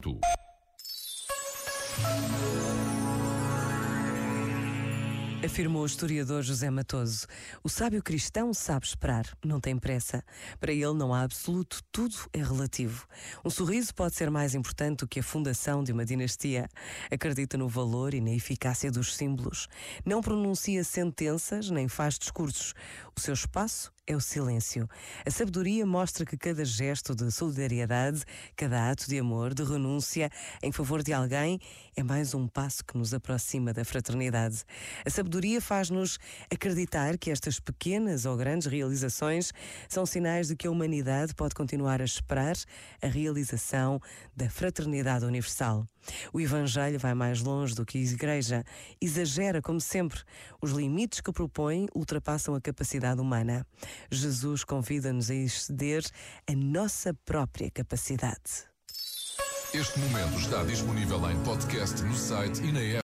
Santo. Afirmou o historiador José Matoso: o sábio cristão sabe esperar, não tem pressa. Para ele não há absoluto, tudo é relativo. Um sorriso pode ser mais importante do que a fundação de uma dinastia. Acredita no valor e na eficácia dos símbolos. Não pronuncia sentenças nem faz discursos. O seu espaço é o silêncio. A sabedoria mostra que cada gesto de solidariedade, cada ato de amor, de renúncia em favor de alguém é mais um passo que nos aproxima da fraternidade. A sabedoria faz-nos acreditar que estas pequenas ou grandes realizações são sinais de que a humanidade pode continuar a esperar a realização da fraternidade universal. O Evangelho vai mais longe do que a Igreja. Exagera, como sempre. Os limites que propõe ultrapassam a capacidade humana. Jesus convida-nos a exceder a nossa própria capacidade. Este momento está disponível em podcast no site e na app.